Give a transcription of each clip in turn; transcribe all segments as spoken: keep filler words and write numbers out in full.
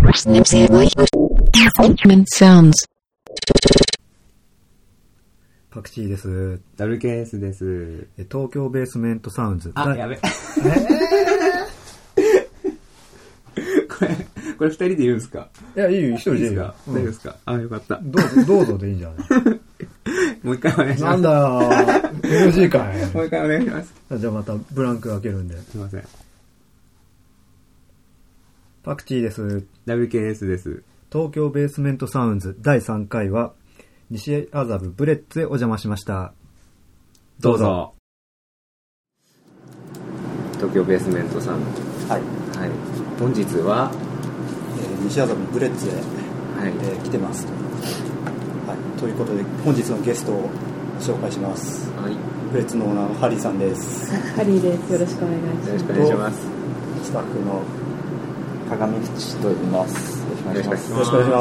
パクチーです。 ダブルケーエス です。 東京ベースメントサウンズ。 あ、やべ。えー、これ、これ二人で言うんですか？ いや、いいよ、一人でいいよ。大丈夫ですか？あ、よかった。 どうぞ、どうぞでいいんじゃないもう一回お願いします。 なんだよ、エヌジー かい。 もう一回お願いします。 じゃあまたブランク開けるんで。 すいません。 パクチーです。 ダブリューケーエス です。 東京ベースメントサウンズだいさんかいは西麻布ブレッツへお邪魔しました。 どうぞ。東京ベースメントサウンズ。 はい。 はい。本日は、 えー、西麻布ブレッツへ、はいえー、来てます。はい。ということで本日のゲストを紹介します。はい。ブレッツのオーナーのハリーさんです。 ハリーです。よろしくお願いします。 よろしくお願いします。 スタッフの鏡口と言います。よろしくお願いします。 よろしくお願いします。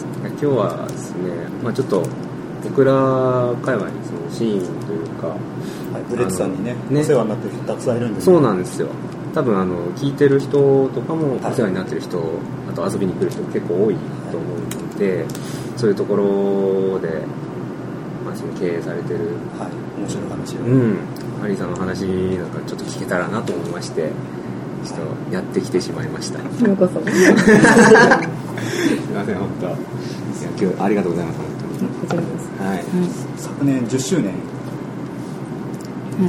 今日はですね、まあちょっと僕ら界隈にそのシーンというか、 はい、ブレッツさんにね、ねお世話になってる人たくさんいるんです、 ね、そうなんですよ。多分あの聞いてる人とかもお世話になってる人、はい、あと遊びに来る人結構多いと思うので、はい、そういうところで、まあ、その経営されてる、 はい、面白い話を、 うん、ハリーさんの話なんかちょっと聞けたらなと思いまして。ちょっとやってきてしまいました。 ようこそ。すみません本当。いや今日ありがとうございます本当に。 こちらです。 はい。はい、 昨年じゅっしゅうねん、はい、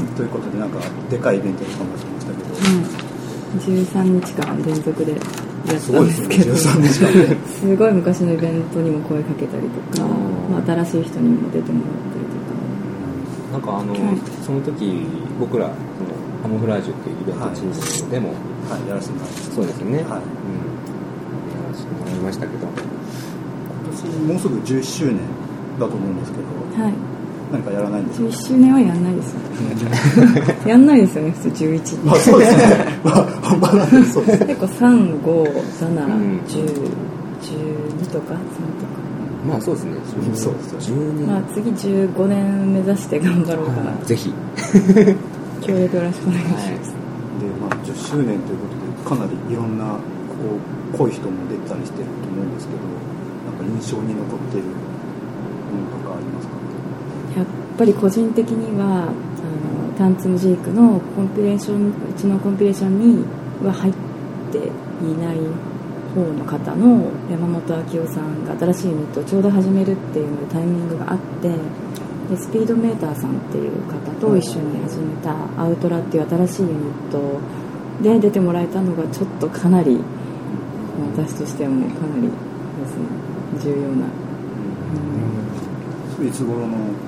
ということでなんかでかいイベントに参加しましたけど、 うん、じゅうさんにちかん連続でやったんですけど、すごいですね、じゅうさんにちかんですごい昔のイベントにも声かけたりとか、まあ、新しい人にも出てもらったりとか。 なんかあの、はい、その時僕らそのカモフラージュっていうイベントチームでも、 はいはい、やらせてもらいました。 そうですね、はい、うん、やらせてもらいましたけど、今年もうすぐじゅっしゅうねんだと思うんですけど、はい、何かやらないんですか？ じゅっしゅうねんはやんないですよやんないですよね、普通じゅういちまあそうですねまあ半端ないです。そうです結構さん、ご、なな、じゅう、じゅうにとかさんとか、 まあそうですね、 そうですじゅうに、 まあ、次じゅうごねん目指して頑張ろうかな、 ぜひ協力よろしくお願いします、はい。 で、まあ、じゅっしゅうねんということでかなりいろんなこう濃い人も出たりしてると思うんですけど、なんか印象に残っているものとかありますか？ やっぱり個人的にはあのタンツムジークのコンピレーション、うちのコンピレーションには入っていない方の方の山本明夫さんが新しいユニットをちょうど始めるっていうのでタイミングがあって、でスピードメーターさんっていう方と一緒に始めたアウトラっていう新しいユニットで出てもらえたのがちょっとかなり私としてはもうかなりですね、重要な、 うん、いつ頃の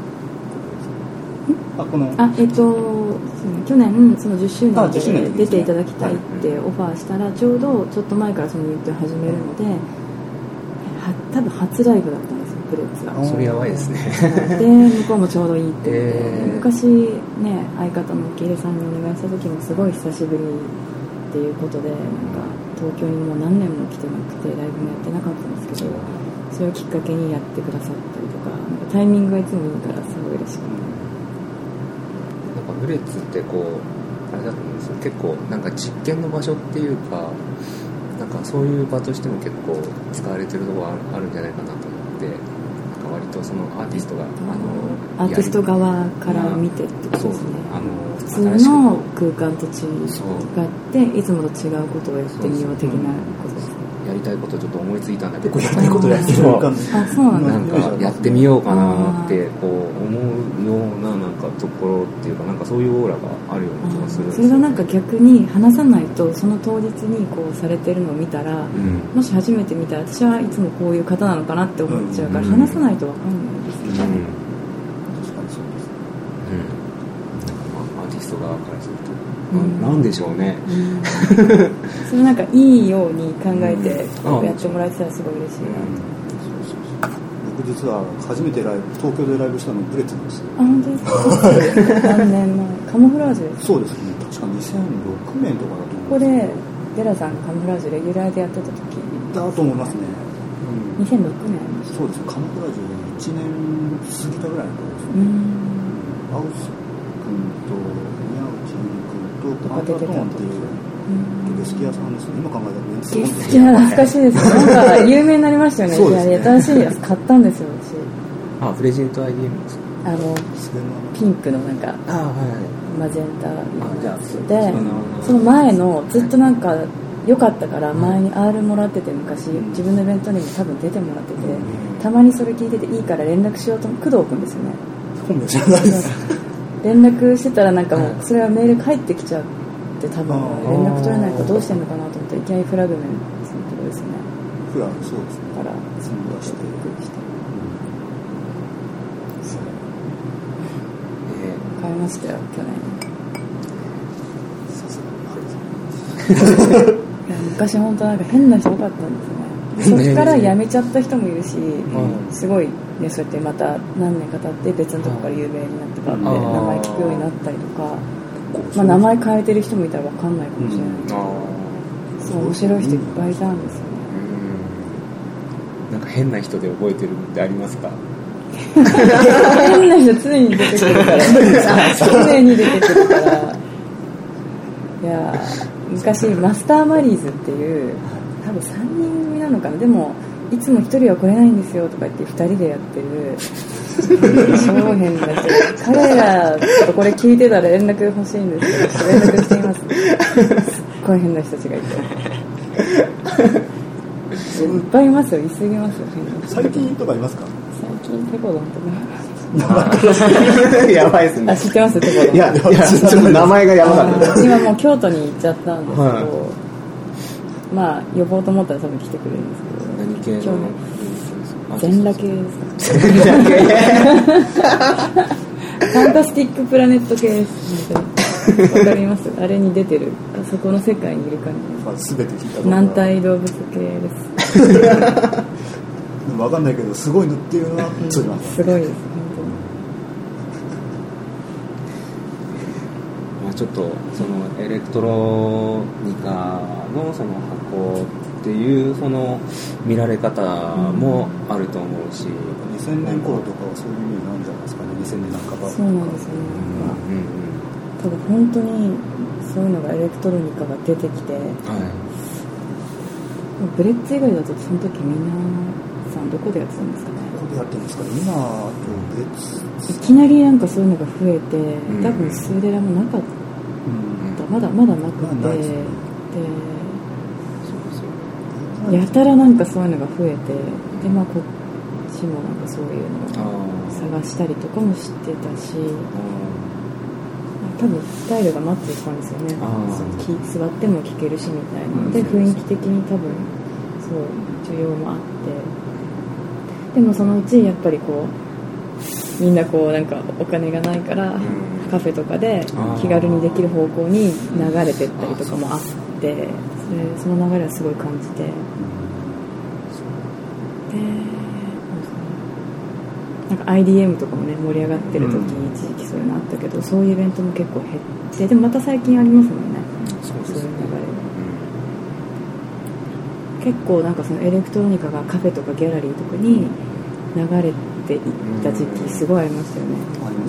あこのあえっと去年そのじゅっしゅうねんで出ていただきたいってオファーしたら、ちょうどちょっと前からそのユニットを始めるので、は多分初ライブだったんですよ、ブレッツが。 それやばいですねで向こうもちょうどいいって言って、えー、昔ね相方のキエさんにお願いした時もすごい久しぶりっていうことで、なんか東京にもう何年も来てなくてライブもやってなかったんですけど、それをきっかけにやってくださったりとか、なんかタイミングがいつもいいからすごい嬉しかった。 なんかブレッツってこうあれだと思うんですよ、結構なんか実験の場所っていうか、なんかそういう場としても結構使われてるところあるんじゃないかなと思って、なんか割とそのアーティストが、あのアーティスト側から見てってことですね。 あの普通の空間と違があって、いつもと違うことをやってみよう的なことですね。 やりたいことちょっと思いついたんだけど、 やりたいことやってるかあ、そうなんだ。 なんかやってみようかなってこう思うようななんかところっていうか、なんかそういうオーラがあるような気がするんですよ、ね。 それがなんか逆に話さないと、その当日にこうされてるのを見たら、うん、もし初めて見たら私はいつもこういう方なのかなって思っちゃうから、うん、話さないと分かんないですけど、うん、 確かにそうですね。 うん、なんかまあアーティスト側からすると、うん、なんでしょうね、うん、 それなんかいいように考えてこうやってもらえてたらすごい嬉しいなと、うん、 そうそうそう。僕実は初めてライブ東京でライブしたのブレッツなんですよ。 あ、本当ですか？何年前？カモフラージュですか？ そうですね、確かにせんろくねんとかだと思う。ここでデラさんカモフラージュレギュラーでやってた時だと思いますね、 うん、にせんろくねん。 そうですね、カモフラージュでいちねん過ぎたぐらいの頃ですね。アウス君と宮内君とパンタトーンっていうゲスキアさんですね。今考えたらゲスキア懐かしいですね。なんか有名になりましたよね。そうですね。新しいやつ買ったんですよ私。あ、プレジェント アイディーエム ですか。 あのピンクのなんかマゼンタのやつで、その前のずっとなんか良かったから前に アール もらってて、昔自分のイベントにも多分出てもらってて、たまにそれ聞いてていいから連絡しようと、工藤君ですよね。 本名じゃないです。 連絡してたらなんかもうそれはメール返ってきちゃって多分連絡取れないからどうしてんのかなと思っていきなりフラグメントのところですね。 フラグそうですね。 からその出してびっくりして。買いましたよ去年。いや昔本当なんか変な人多かったんですね。そっから辞めちゃった人もいるし、すごいね、そうやってまた何年か経って別のとこから有名になってかって名前聞くようになったりとか、まあ、名前変えてる人もいたら分かんないかもしれない、うん、そう面白い人いっぱいいたんですよね。 なんか変な人で覚えてるってありますか？ 変な人常に出てくるから常に出てくるからいや昔マスターマリーズっていう多分さんにん組なのかな、でもいつもひとりは来れないんですよとか言ってふたりでやってる超変な人、彼らちょっとこれ聞いてたら連絡欲しいんですけど連絡していますすっごい変な人たちがいていっぱいいますよ、いすぎますよ。 最近とかいますか？ 最近テコドンとかやばいですね。 あ、知ってますテコドン。 いや、いやちょっと名前がやばかった。 今もう京都に行っちゃったんですけど、はい、まあ呼ぼうと思ったら多分来てくれるんですけど。 何系の？ 全裸系ですか？ファンタスティックプラネット系です。わかります？あれに出てる、あそこの世界にいる感じ。 すべて聞いたこと軟体動物系です。 わかんないけどすごいのっていうのは通じます。 すごいです本当に。まあちょっとそのエレクトロニカのその箱っていうその見られ方もあると思うし、うん、 にせんねん頃とかはそういう意味なんじゃないですかね。にせんねんなんかばそうなんですよね。なんか、うんうん、多分本当にそういうのがエレクトロニカが出てきて、はい、ブレッツ以外だとその時みんなさんどこでやってたんですかね。 どこでやってるんですかね。今と別いきなりなんかそういうのが増えて、うん、多分スーデラもなかった、うん、まだまだなくて、まあ、でやたらなんかそういうのが増えて、でまあこっちもなんかそういうのを探したりとかもしてたし、多分スタイルがマッチしたんですよね。その座っても聴けるしみたいなので、雰囲気的に多分そう需要もあって、でもそのうちやっぱりこうみんなこうなんかお金がないからカフェとかで気軽にできる方向に流れてったりとかもあって、それその流れはすごい感じて、でなんか アイディーエム とかもね盛り上がってる時に一時期そういうのあったけど、そういうイベントも結構減って、でもまた最近ありますもんね、そういう流れが。結構なんかそのエレクトロニカがカフェとかギャラリーとかに流れていった時期すごいありましたよね。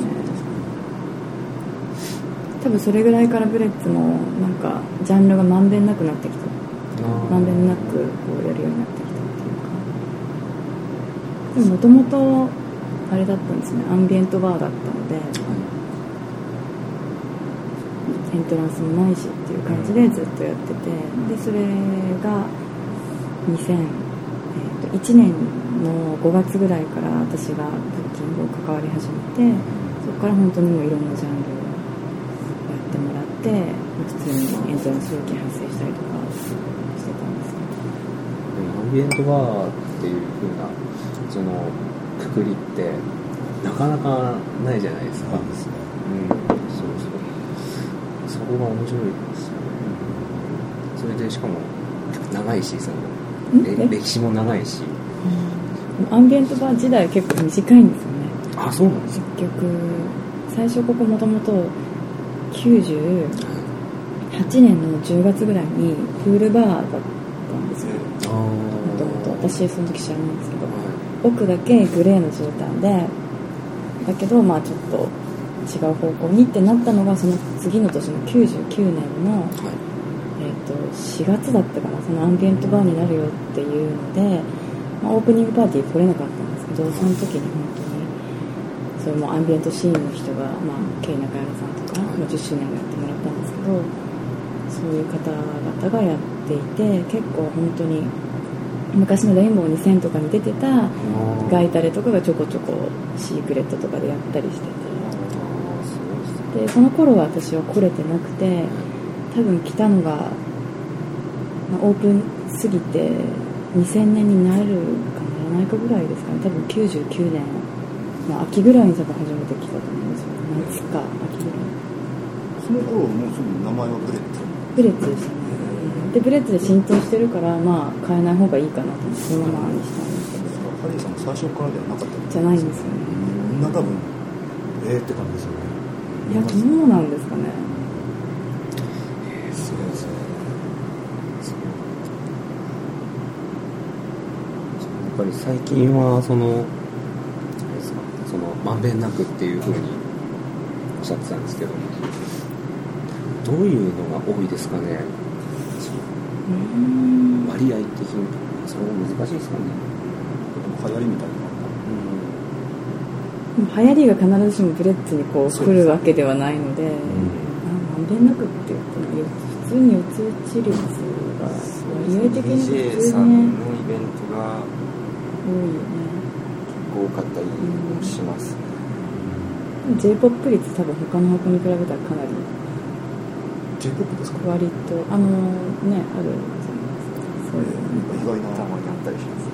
多分それぐらいからブレッツもなんかジャンルがまんべんなくなってきた、まんべんなくこうやるようになってきたっていうか。でももともとあれだったんですね、アンビエントバーだったので、エントランスもないしっていう感じでずっとやってて、でそれがにせんいちねんのごがつぐらいから私がブッキングを関わり始めて、そこから本当にもういろんなジャンルをやってもらって、普通にエントランス料金発生したりとかしてたんですけど、 アンビエントバーっていう風なそのくくりってなかなかないじゃないですか。うん、そうそう、そこが面白いですよね。それでしかも長いし、その歴史も長いし、 うん、アンビエントバー時代は結構短いんですよね。 あ、そうなんですか。 結局最初ここもともときゅうじゅうはちねんのじゅうがつぐらいにプールバーだったんですよ。もともと私その時知らないんですけど、奥だけグレーの絨毯で、だけどまあちょっと違う方向にってなったのが、その次の年のきゅうじゅうきゅうねんの、はい、えー、 としがつだったかな、そのアンビエントバーになるよっていうので、まあ、オープニングパーティー来れなかったんですけど、その時に本当にそれもアンビエントシーンの人が、まあ、K中山さんとか、まあ、じゅっしゅうねんもやってもらったんですけど、そういう方々がやっていて、結構本当に昔のレインボーにせんとかに出てたガイタレとかがちょこちょこシークレットとかでやったりしてて、でその頃は私は来れてなくて、多分来たのが、まあ、オープン過ぎてにせんねんになるかならないかぐらいですかね。多分きゅうじゅうきゅうねんの秋ぐらいに多分初めて来たと思うんですよ。夏か秋ぐらい。 その頃もうすぐ名前はブレッツブレッツでしたね。でブレッツで浸透してるから、まあ変えない方がいいかなと思ってそのままにしたんですけど。 ハリーさんも最初からではなかったじゃないんですよね。 みんな多分えーって感じですよね。 いやどうなんですかね。 えー、そうですね。やっぱり最近はそのあれですか、そのまんべんなくっていう風におっしゃってたんですけど、どういうのが多いですかね。 うーん割合的にそれは難しいですかね。 流行りみたいな。 流行りが必ずしもブレッツにこう来るわけではないので、まんべんなくっていうと普通に四つ打ち率が割合的に普通にねディージェー さんのイベントが多いよね。 多かったりもします、 うん、J-ポップ 率多分他の箱に比べたらかなり J-ポップ ですか？ 割とあのねあるじゃないですか。そういう意外な。 たまにあったりします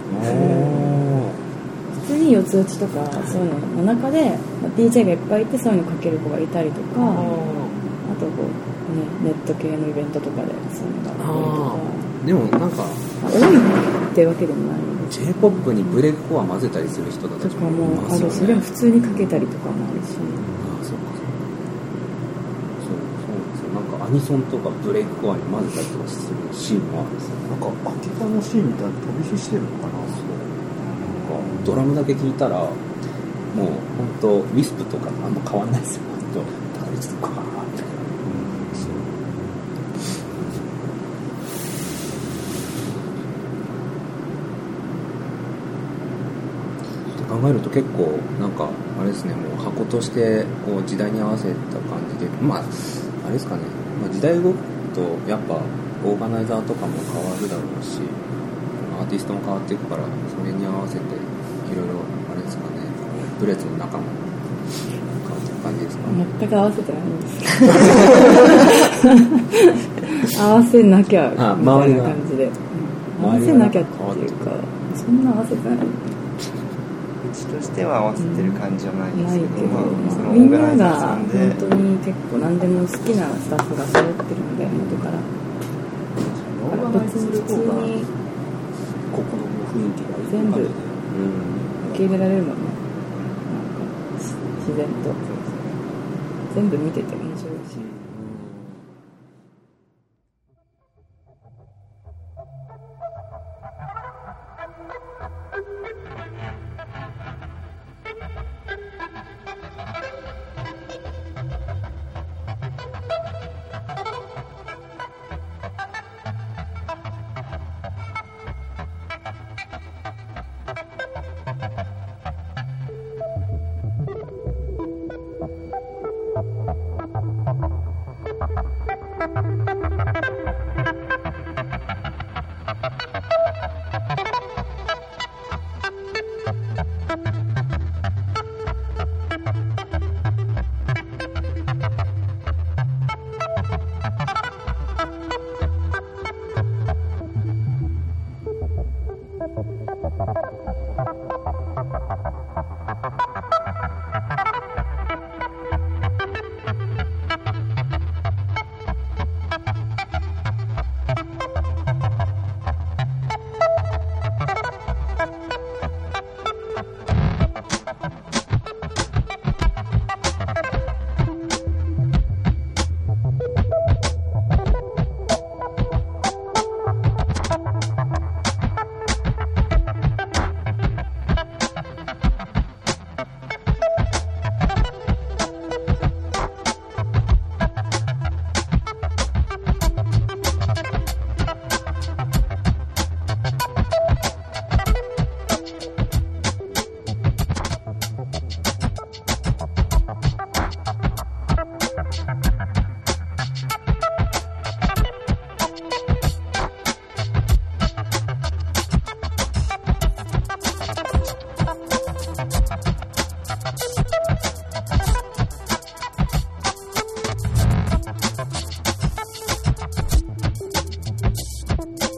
普通に四つ打ちとかそういうのの中で、まあ、ディージェー がいっぱいいてそういうのかける子がいたりとか、あとこう、ね、ネット系のイベントとかでそういうのがあったりとか。 でもなんか多いってわけでもないので J-ポップ にブレイクコア混ぜたりする人たちとかももいますよね。 あるし、でも普通にかけたりとかもあるし、 ああそうかそうそうそうですよ。なんかアニソンとかブレイクコアに混ぜたりとかするシーンもあるんですよ。 なんか秋葉のシーンみたいな飛び火してるのかな。 ドラムだけ聴いたらもう本当ウィスプとかあんま変わんないですよ。本当だからちょっとガーッて、考えると結構なんかあれですね、もう箱としてこう時代に合わせた感じで、まああれですかね、まあ、時代動くとやっぱオーガナイザーとかも変わるだろうし、アーティストも変わっていくから、それに合わせていろいろあれですかね、ブレッツの中も変わっていく感じですかね。 全く合わせてないんです合わせなきゃみたいな感じで、合わせなきゃっていうか、そんな合わせてない。 うちとしては合わせてる感じはないですけど、 ないけど、 まあ、そのオみんーガナイザーながさんで本当に結構何でも好きなスタッフが揃ってるので、元から別に普通にここの雰囲気がいい全部感じで。 受け入れられるもんね。なんか自然と全部見てて面白いし。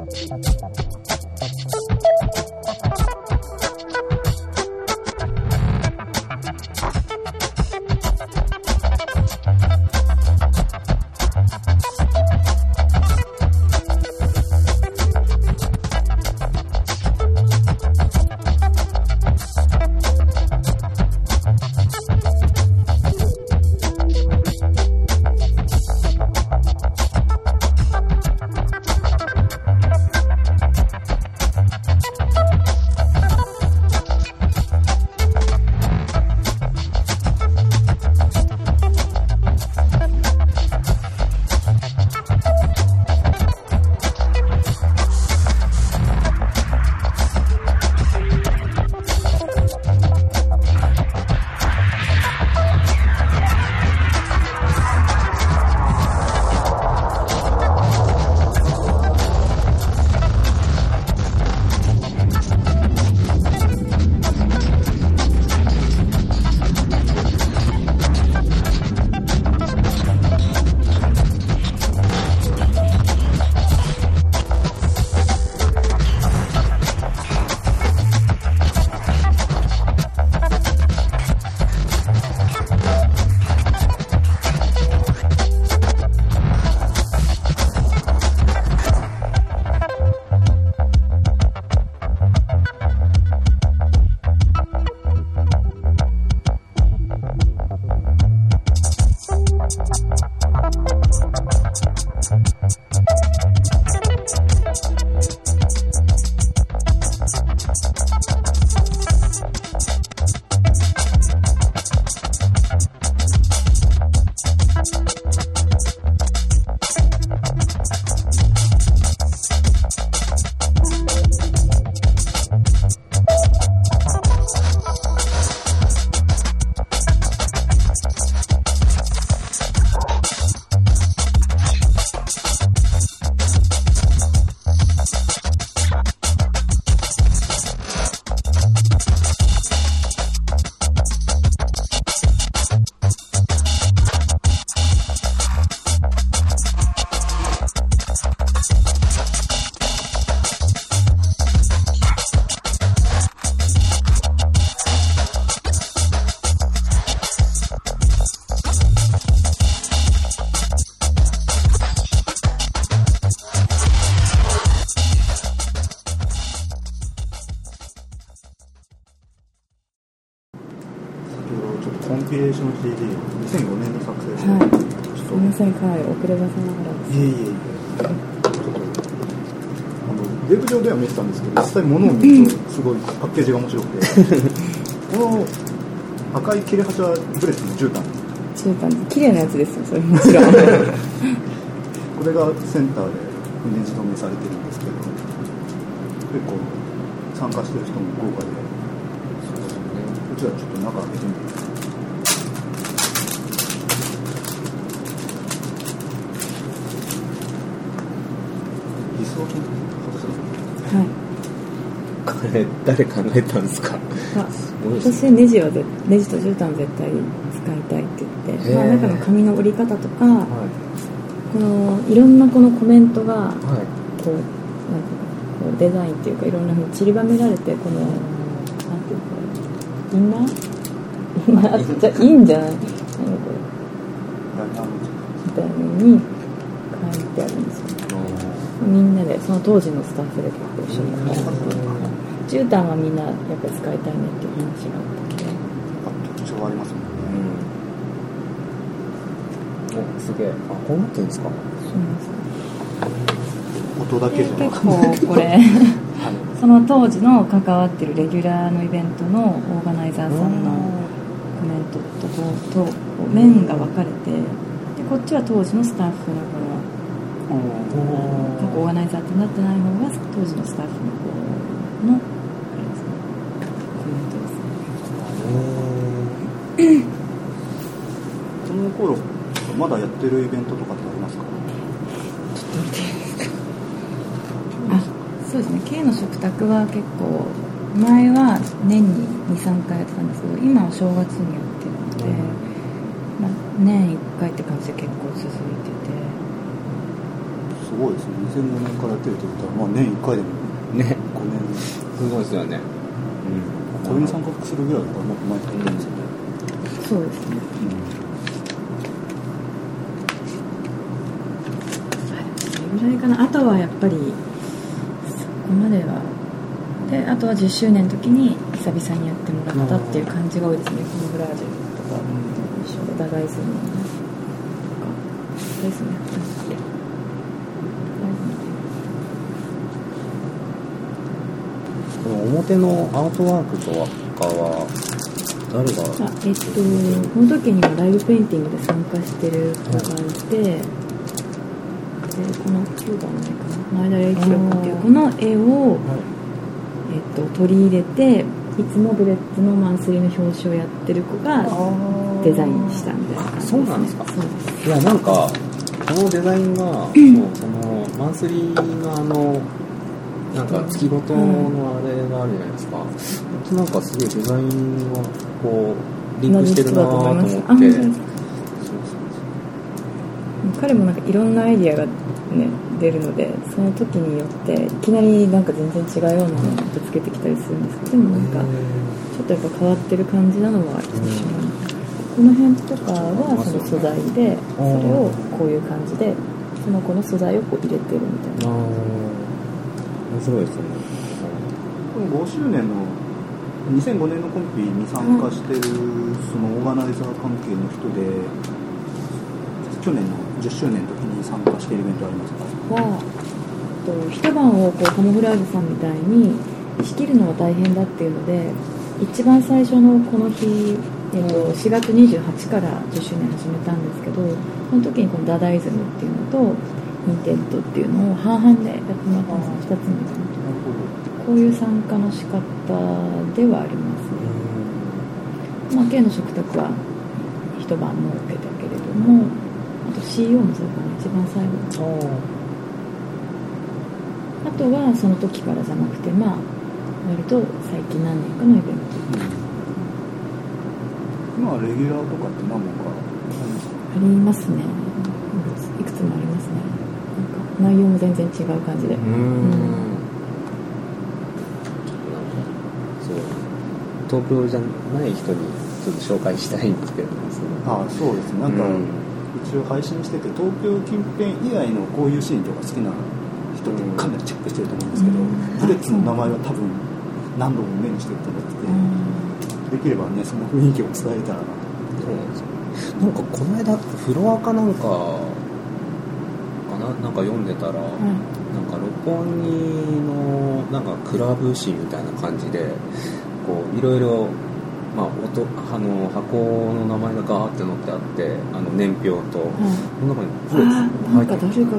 コンピレーション シーディー にせんごねんの作成で、 はい、 ちょっとすみません、はい、遅ればせながらです。 いえいえいえ、ちょっとあのウェブ上では見てたんですけど、実際物を見るとすごいパッケージが面白くてこの赤い切れ端はブレスの絨毯絨毯、綺麗なやつですよ、それもちろんこれがセンターでネジ止めされてるんですけど、結構参加してる人も豪華で、そうですね、こちらちょっと中開けてみて。 はい、 これ誰考えたんですか？ 私はネジはネジと絨毯絶対使いたいって言って、まあ、中の紙の折り方とか、はい、このいろんなこのコメントが、はい、こうなんかこうデザインっていうかいろんなふうに散りばめられて、このなんていうかインナーインナーじゃいいんじゃない？何これみたいなのに書いてあるんですよ。みんなでその当時のスタッフで結構一緒に考えて、絨毯はみんなやっぱり使いたいねっていう話があったので、 特徴ありますもんね。うん、お、すげえ。あ、こうなってるんですか？ 音だけじゃなくて結構これその当時の関わってるレギュラーのイベントのオーガナイザーさんのコメントとこうとこう面が分かれて、でこっちは当時のスタッフのこの各オーガナイザーってなってない方が当時のスタッフの方のあれですね、コメントですね。 その頃まだやってるイベントとかってありますか？ ちょっと見ていいですか？あ、そうですね、K の食卓は結構前は年に にさんかいやってたんですけど、今は正月にやってるので、まあ、年いっかいって感じで結構続いてて、 そすごいですね。にせんごねんからやってるってことは、まあ、年いっかいでもね、 ごねんすごいですよね。うん、 これに参画するぐらいだからもっと前ってことですよね。 そうですね。それぐらいかな。あとはやっぱりそこまではで、あとはじゅっしゅうねんの時に久々にやってもらったっていう感じが多いですね。カモフラージュとか一緒でダガイズムとかですね。 この表のアートワークとかは誰が？ あ、えっとこの時にはライブペインティングで参加してる子がいて、でこのきゅうばんの絵かな、前田礼一郎っていうこの絵を、えっと、取り入れていつもブレッツのマンスリーの表紙をやってる子がデザインしたみたいな感じですね。 そうなんですか。 そうです。 いやなんかこのデザインが、もうそのマンスリーのあのなんか月ごとのあれがあるじゃないですか。うん、なんかすごいデザインがこうリンクしてるなと思って。そうそうそう。 彼もなんかいろんなアイディアがね出るので、その時によっていきなりなんか全然違うようなのをぶつけてきたりするんですけど、でもなんかちょっとやっぱ変わってる感じなのは一緒なんです。この辺とかはその素材で、それをこういう感じでその子の素材をこう入れてるみたいな。 面白いですね。 このごしゅうねんのにせんごねんのコンピに参加してるそのオーガナイザー関係の人で、去年のじゅっしゅうねんの時に参加しているイベントありますか？ はと一晩をこうカモフラージュさんみたいに仕切るのが大変だっていうので、一番最初のこの日、えっと、しがつにじゅうはちからじゅっしゅうねん始めたんですけど、その時にこのダダイズムっていうのとインテントっていうのを半々でやってもらったんです。ふたつにこういう参加の仕方ではありますね。まあ K の食卓は一晩設けたけれども、あと シーオー もそうかな、一番最後。あとはその時からじゃなくて、まあ割と最近何年かのイベント、 うん、今はレギュラーとかって何本かありますね。いくつもありますね。なんか内容も全然違う感じで。うーん、 東京じゃない人にちょっと紹介したいんですけどですね。 ああ、そうですね。なんか、うん、一応配信してて、東京近辺以外のこういうシーンとか好きな人ってかなりチェックしてると思うんですけど、ブレッツの名前は多分何度も目にしてると思ってて、できればね、その雰囲気を伝えたらな。 そうなんですよ。なんかこの間フロアかなんかかな、なんか読んでたら、うん、なんか六本木のなんかクラブ誌みたいな感じで。こういろいろ、まあ、音あの箱の名前がガーって載ってあって、あの年表と、うん、この中にブレッツが入ってる。 なんか誰かが言ってたやつか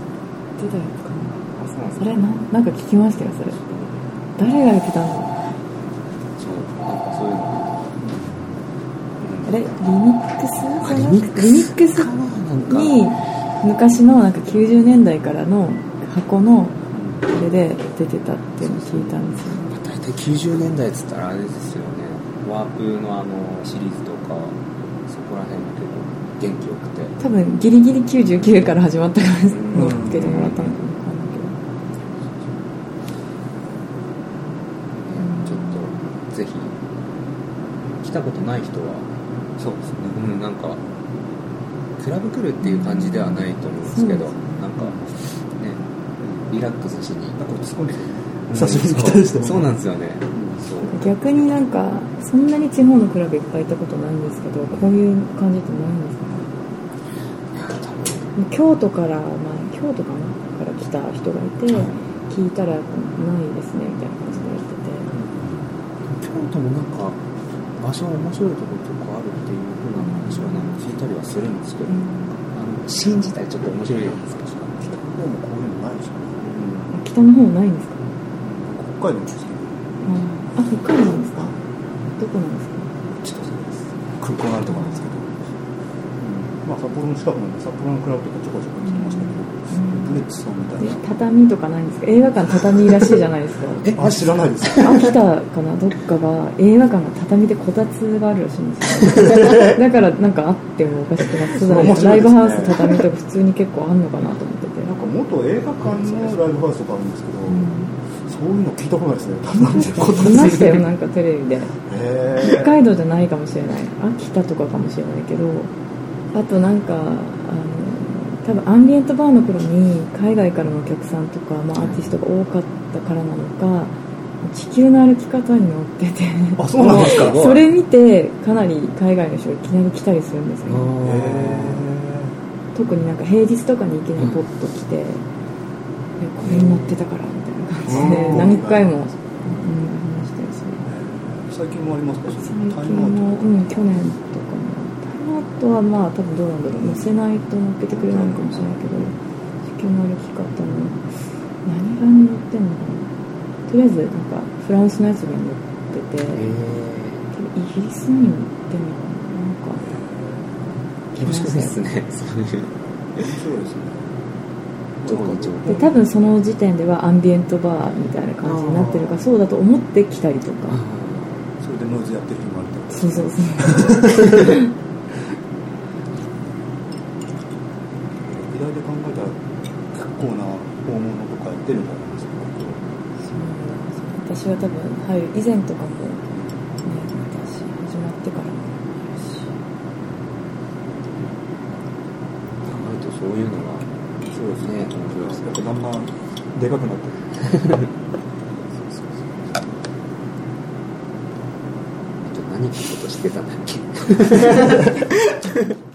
な。それな、なんか聞きましたよ、それ。誰が言ってたんだろう。 そう、なんかそういうの。 あれ、リミックス？リミックス？リミックスに昔のなんかきゅうじゅうねんだいからの箱のあれで出てたっていうのを聞いたんですよね。 きゅうじゅうねんだいっつったらあれですよね、ワープのあのシリーズとかそこら辺も結構元気よくて、多分ギリギリきゅうじゅうきゅうから始まったからのっけてもらったのかな、 うん、ちょっとぜひ来たことない人はそうですね、 うん、なんかクラブ来るっていう感じではないと思うんですけど、なんかねリラックスしにこっちこい久しぶりに来たりして、 そうなんですよね、 うん、逆になんかそんなに地方のクラブいっぱい行ったことないんですけど、こういう感じってないんですかね。いや多分京都から、まあ、京都かなから来た人がいて、はい、聞いたらないですねみたいな感じで言ってて、 京都もなんか場所面白いところ結構あるっていう風な話はなんか聞いたりはするんですけど、うん、あのシーン自体ちょっと面白いんですけど、 北の方もこういうのないですよね、 うん、北の方ないんですか。 北海道ですけど、 うん、あ、北海道なんですか。どこなんですか。 千歳です。空港のあるところなんですけど、うん、まあ札幌の近くなんで札幌のクラブとかちょこちょこ行ってましたけど、うん、ブレッツさんみたいな畳とかないんですか。映画館畳らしいじゃないですか。 え、あ、知らないです。 秋田かな、どっかが映画館が畳でこたつがあるらしいんですよ。だからなんかあってもおかしくなくて、ね、ライブハウス畳とか普通に結構あんのかなと思ってて、 なんか元映画館のライブハウスとかあるんですけど、 うん、 そういうの聞いたことないですね。 見ましたよ、なんかテレビで。 へ北海道じゃないかもしれない、秋田とかかもしれないけど、あとなんかあの多分アンビエントバーの頃に海外からのお客さんとか、まあ、アーティストが多かったからなのか、地球の歩き方に乗ってて、 あ、そうなんですか。 それ見てかなり海外の人がいきなり来たりするんですよ。特になんか平日とかにいきなりポッと来て、うん、これに乗ってたからみたいな感じで何回も、うん、話したりする。 最近もありますか？ 最近も、うん、去年とかも。タイムアウトはまあ多分どうなんだろう、乗せないと乗っけてくれないかもしれないけど、地球の歩き方の何がに乗ってんのかな。とりあえずなんかフランスのやつに乗ってて、イギリスのに乗ってんのかな。なんか面白いですね。そういう面白いですね。 で多分その時点ではアンビエントバーみたいな感じになってるから、そうだと思って来たりとか、 それでノイズやってる日もあると。 そうそうそう時代で考えたら結構な大物とかやってるんじゃないですか。 そうなんですよ。私は多分入る以前とかもね、私始まってからもあるし、 考えるとそういうのがそうですね。 面白いですね。 やっぱだんだんでかくなってる。 何聞こうとしてたんだっけ。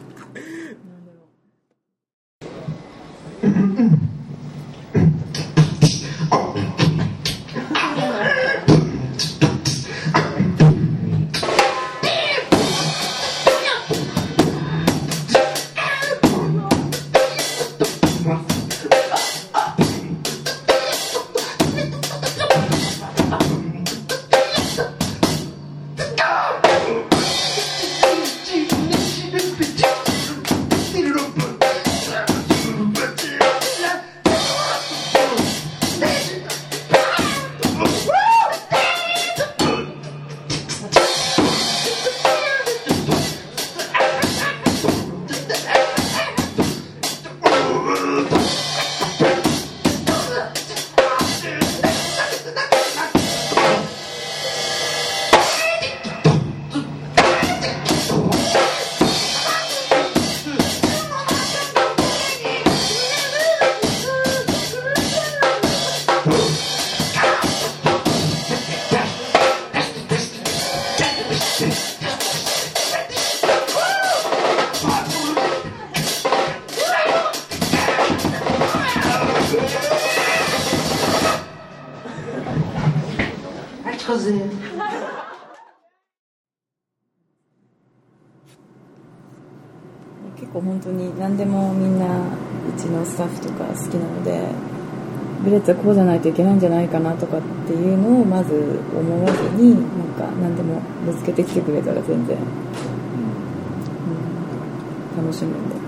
結構本当に何でもみんなうちのスタッフとか好きなので、ブレッツはこうじゃないといけないんじゃないかなとかっていうのをまず思わずに、なんか何でもぶつけてきてくれたら全然、うんうん、楽しむんで、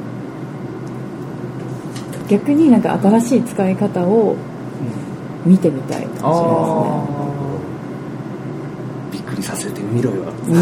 逆になんか新しい使い方を見てみたいかもしれないですね。 びっくりさせてみろよ。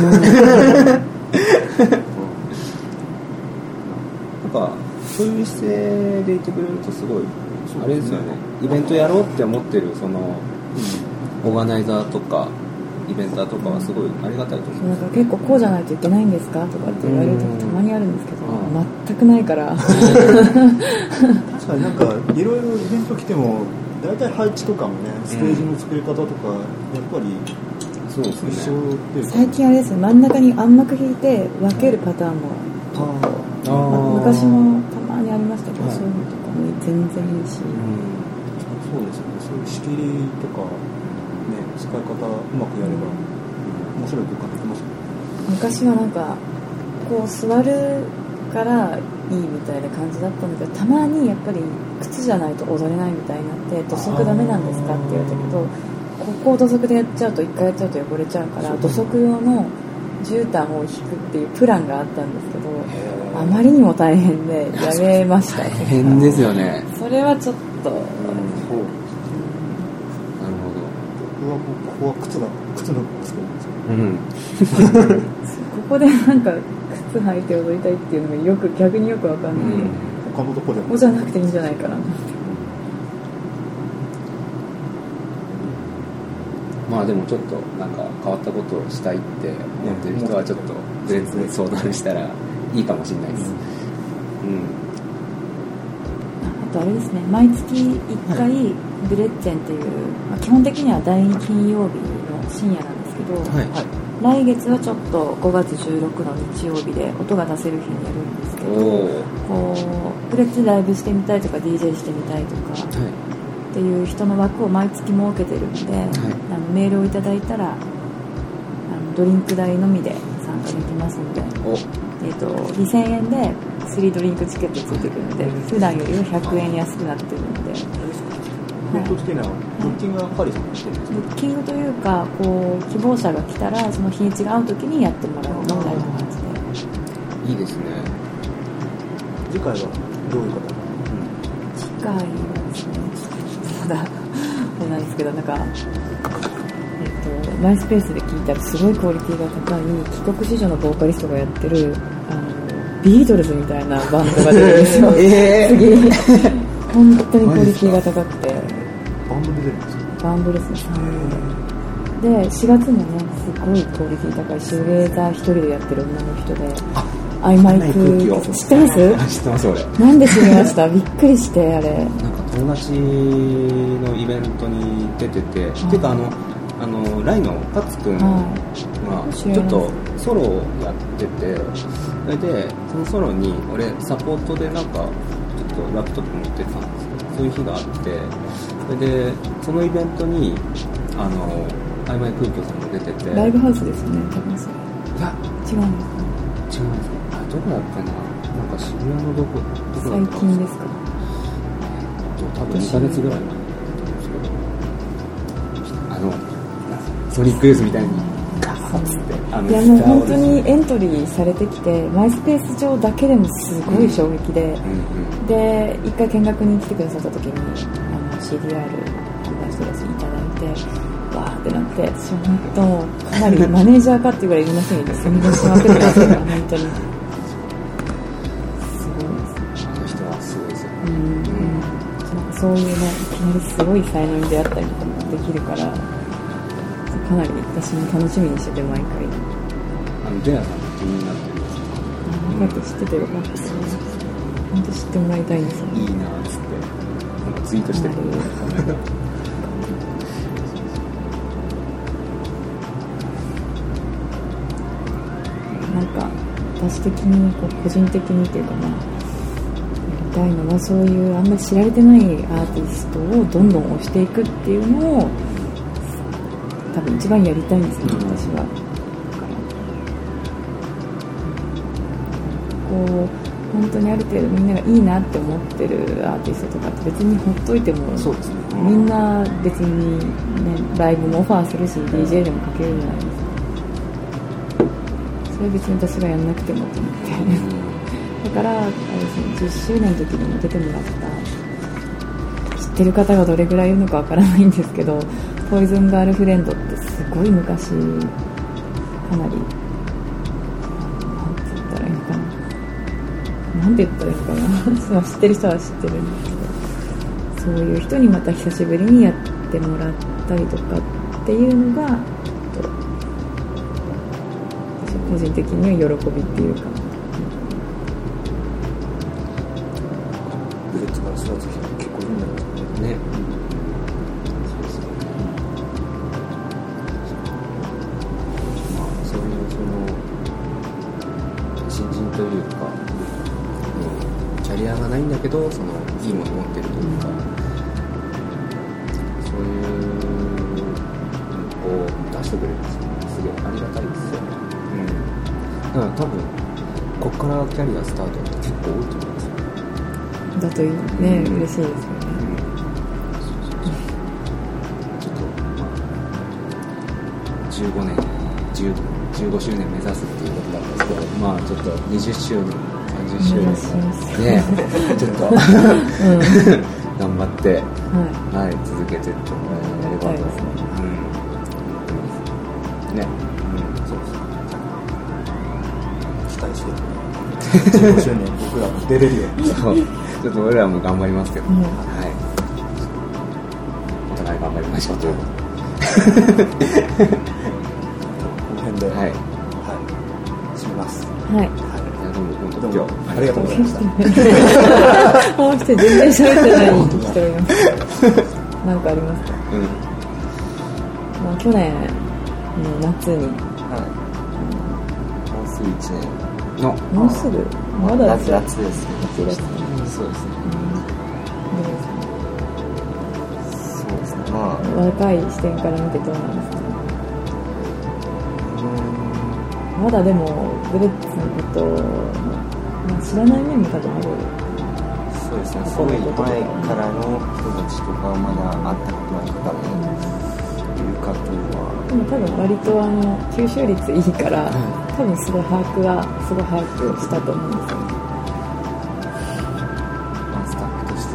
なんかそういう姿勢でいてくれるとすごいあれですよね。イベントやろうって思ってるその、うん、オーガナイザーとかイベンターとかはすごいありがたいと思う。 なんか結構こうじゃないといけないんですかとかって言われる時たまにあるんですけど、全くないから。 確かになんかいろいろイベント来ても大体配置とかもね、ステージの作り方とかやっぱりそうですね。 一緒っていうか、 最近あれですね、真ん中に暗幕引いて分けるパターンもちょっと、まあ、昔もたまにありましたけど、はい、そういうのとかも全然いいし、うん、 そうですね。そういう仕切りとかね、使い方うまくやれば面白い空間できますよね。 昔はなんかこう座るからいいみたいな感じだったんだけど、たまにやっぱり靴じゃないと踊れないみたいになって、土足ダメなんですかって言われたけど、ここを土足でやっちゃうと一回やっちゃうと汚れちゃうから、土足用の絨毯を引くっていうプランがあったんですけど、あまりにも大変でやめました。 大変ですよね。 それはちょっと、うん、 そうなるほど。僕はここは靴が靴の靴なんですよ、うん、 ここでなんか靴履いて踊りたいっていうのがよく逆によくわかんない、うん、 他のとこでもここじゃなくていいんじゃないかなって。 まあでもちょっとなんか変わったことをしたいって思ってる人はちょっとブレッツに相談したらいいかもしれないです、うんうん、 あとあれですね、毎月いっかいブレッツェンっていう、まあ、基本的には第に金曜日の深夜なんですけど、はい、来月はちょっとごがつじゅうろくの日曜日で音が出せる日にやるんですけど、こうブレッツライブしてみたいとか ディージェー してみたいとか、はいっていう人の枠を毎月設けてるんで、はい、あのメールをいただいたらあのドリンク代のみで参加できますので、えー、とにせんえんでスリードリンクチケットついてくるので、普段よりはひゃくえん安くなってるので、 ブレッドっていうのはブッキングはハリーさんがしてるんですか？ ブッキングというか、こう希望者が来たらその日にちが合う時にやってもらうみたいな感じで。 いいですね。 次回はどういう方？ 次回はですね、まだそうなんですけど、なんか、えっと、マイスペースで聞いたらすごいクオリティが高い帰国子女のボーカリストがやってるあのビートルズみたいなバンドが出るんですよ、えー、次本当にクオリティが高くて。 バンドで出るんですか？ バンドですね、さんにんで。でしがつもね、すごいクオリティ高いシュレーザー一人でやってる女の人で、曖昧空気を知ってます？ 知ってます俺。 なんで知りました？びっくりして。あれなんか友達のイベントに出てて、はい、ていうかあのあのライのパツくんがちょっとソロをやってて、それでそのソロに俺サポートでなんかちょっとラップトップ持ってたんですけど、そういう日があって、それでそのイベントにあの曖昧空気さんも出てて、 ライブハウスですよね、多分それ。いや違うんですか？ 違うんですか？どこだっけな、なんか渋谷のどこ、どこだ最近ですか？ 多分にかげつぐらい前だと思うんですけど、あのソニックユースみたいにガーッつって、あのいやもう本当にエントリーされてきて、マイスペース上だけでもすごい衝撃で、うんうん、で一回見学に来てくださった時にあの シーディーアール 販売してるやついただいて、わーってなって、私は本当かなりマネージャーかっていうぐらいいろんな人に住み出しまくってますから本当に。そういうね、いきなりすごい才能に出会ったりとかもできるから、かなり私も楽しみにしてて、毎回。 あのジェナさんの気になってるんですか？ あ、よかった、知っててよかったです。本当知ってもらいたいんですよね。 いいなーっつって、なんかツイートしてる。 なんか私的にこう個人的にっていうかな、たいのはそういうあんまり知られてないアーティストをどんどん推していくっていうのを多分一番やりたいんですよね、私は。こう本当にある程度みんながいいなって思ってるアーティストとかって別にほっといても、 そうですね、 みんな別に、ね、ライブもオファーするし ディージェー でもかけるじゃないですか。それ別に私がやんなくてもと思ってだからあれですね、じゅっしゅうねんの時にも出てもらった知ってる方がどれぐらいいるのかわからないんですけど、ポイズンガールフレンドってすごい昔かなりなんて言ったらいいのかななんて言ったらいいのかな知ってる人は知ってるんですけど、そういう人にまた久しぶりにやってもらったりとかっていうのが個人的には喜びっていうか、 ブレッツから育つ人結構いるんだろうね。 まあそういうその新人というか、キャリアがないんだけどそのいいもの持ってるというか、そういうのを出してくれるんですよね。すげえありがたいですよね。だから多分ここからキャリアスタートって結構多いと思いますよ。 だといいね、うん、嬉しいですよね、うん、そうそうそうちょっとまあじゅうごねんじゅうごしゅうねん目指すっていうことだったんですけど、まあちょっとにじゅっしゅうねんさんじゅっしゅうねんねちょっと、うん、頑張って、はいはい、続けてってもらえればと、はい、うん、ね、うん、そうです期待してじゅうごしゅうねん僕らも出れるようにそうちょっと俺らも頑張りますけど、うん、はい、お互い頑張りましょうということで、 辺で、 はい、 はい、締めます。 はい。 いやどうも本当どうも今日ありがとうございました。 もう一人全然喋ってない人います。なんかありますか？ うん、 まあ去年の夏に、 はいもうすぐいちねんのもうすぐまだ夏夏ですね夏ですね。 そうですねどうですか？ そうですねまあ若い視点から見てどうなんですか？ うーんまだでもブレッツのことを、まあ、知らない面も多分ある。 そうですねすごい前からの人たちとかまだ会ったことない方もいるかというのはでも多分割とあの吸収率いいから、多分すごい把握はすごい早くしたと思うんですよね。 まあスタッフとして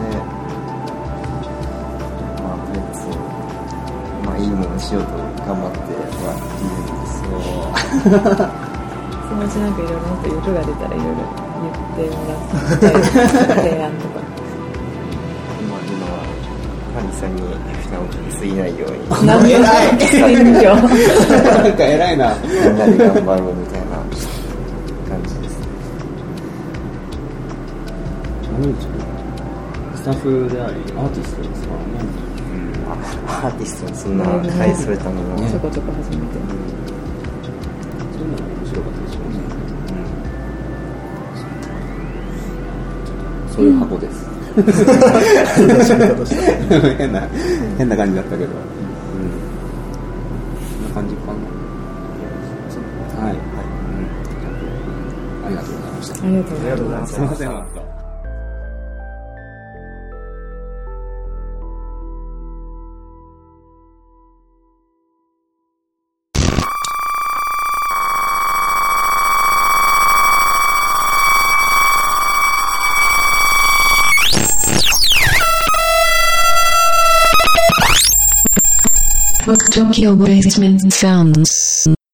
まあブレッツをまあいいものにしようと頑張ってはそいるんですよのうちなんかいろいろもっと欲が出たらいろいろ言ってもらって提案とか。 まあ今はハリさんに負担をかけすぎないようになんで選挙なんか偉いな。 みんなで頑張ろうみたいな感じですね何でしょう。スタッフでありアーティストですからね。 アーティストにそんな大それたのも、 ちょこちょこ始めて、 そういうのが面白かったですよね。 そういう箱です、 変な変な感じだったけど、うん、こんな感じかな。はい、はい、うん、ありがとうございました。 ありがとうございます。 すみません。 Tokyo Basement Sounds